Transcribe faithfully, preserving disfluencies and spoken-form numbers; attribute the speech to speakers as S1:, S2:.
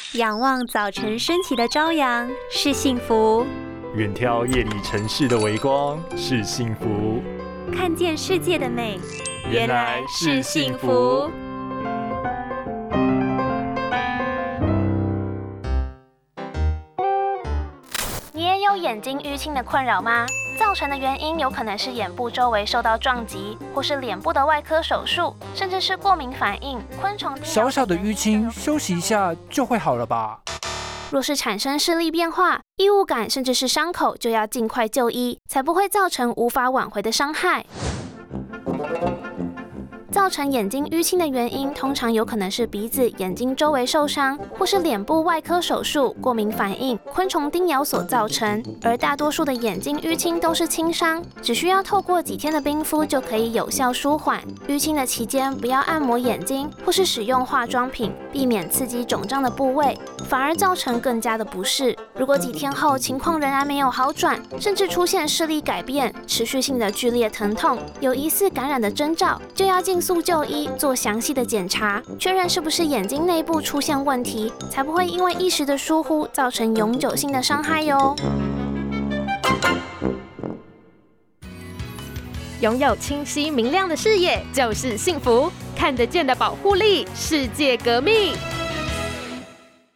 S1: 仰望早晨升起的朝阳是幸福，
S2: 远眺夜里城市的微光是幸福，
S1: 看见世界的美
S2: 原来是幸福。
S3: 你也有眼睛淤青的困扰吗？造成的原因有可能是眼部周围受到撞击，或是脸部的外科手术，甚至是过敏反应、昆虫。
S4: 小小的淤青，休息一下就会好了吧？
S3: 若是产生视力变化、异物感，甚至是伤口，就要尽快就医，才不会造成无法挽回的伤害。造成眼睛淤青的原因，通常有可能是鼻子、眼睛周围受伤，或是脸部外科手术、过敏反应、昆虫叮咬所造成。而大多数的眼睛淤青都是轻伤，只需要透过几天的冰敷就可以有效舒缓。淤青的期间，不要按摩眼睛，或是使用化妆品，避免刺激肿胀的部位，反而造成更加的不适。如果几天后情况仍然没有好转，甚至出现视力改变、持续性的剧烈疼痛，有疑似感染的征兆，就要尽速就医，做详细的检查，确认是不是眼睛内部出现问题，才不会因为一时的疏忽造成永久性的伤害哟。
S5: 拥有清晰明亮的视野就是幸福，看得见的保护力，世界革命。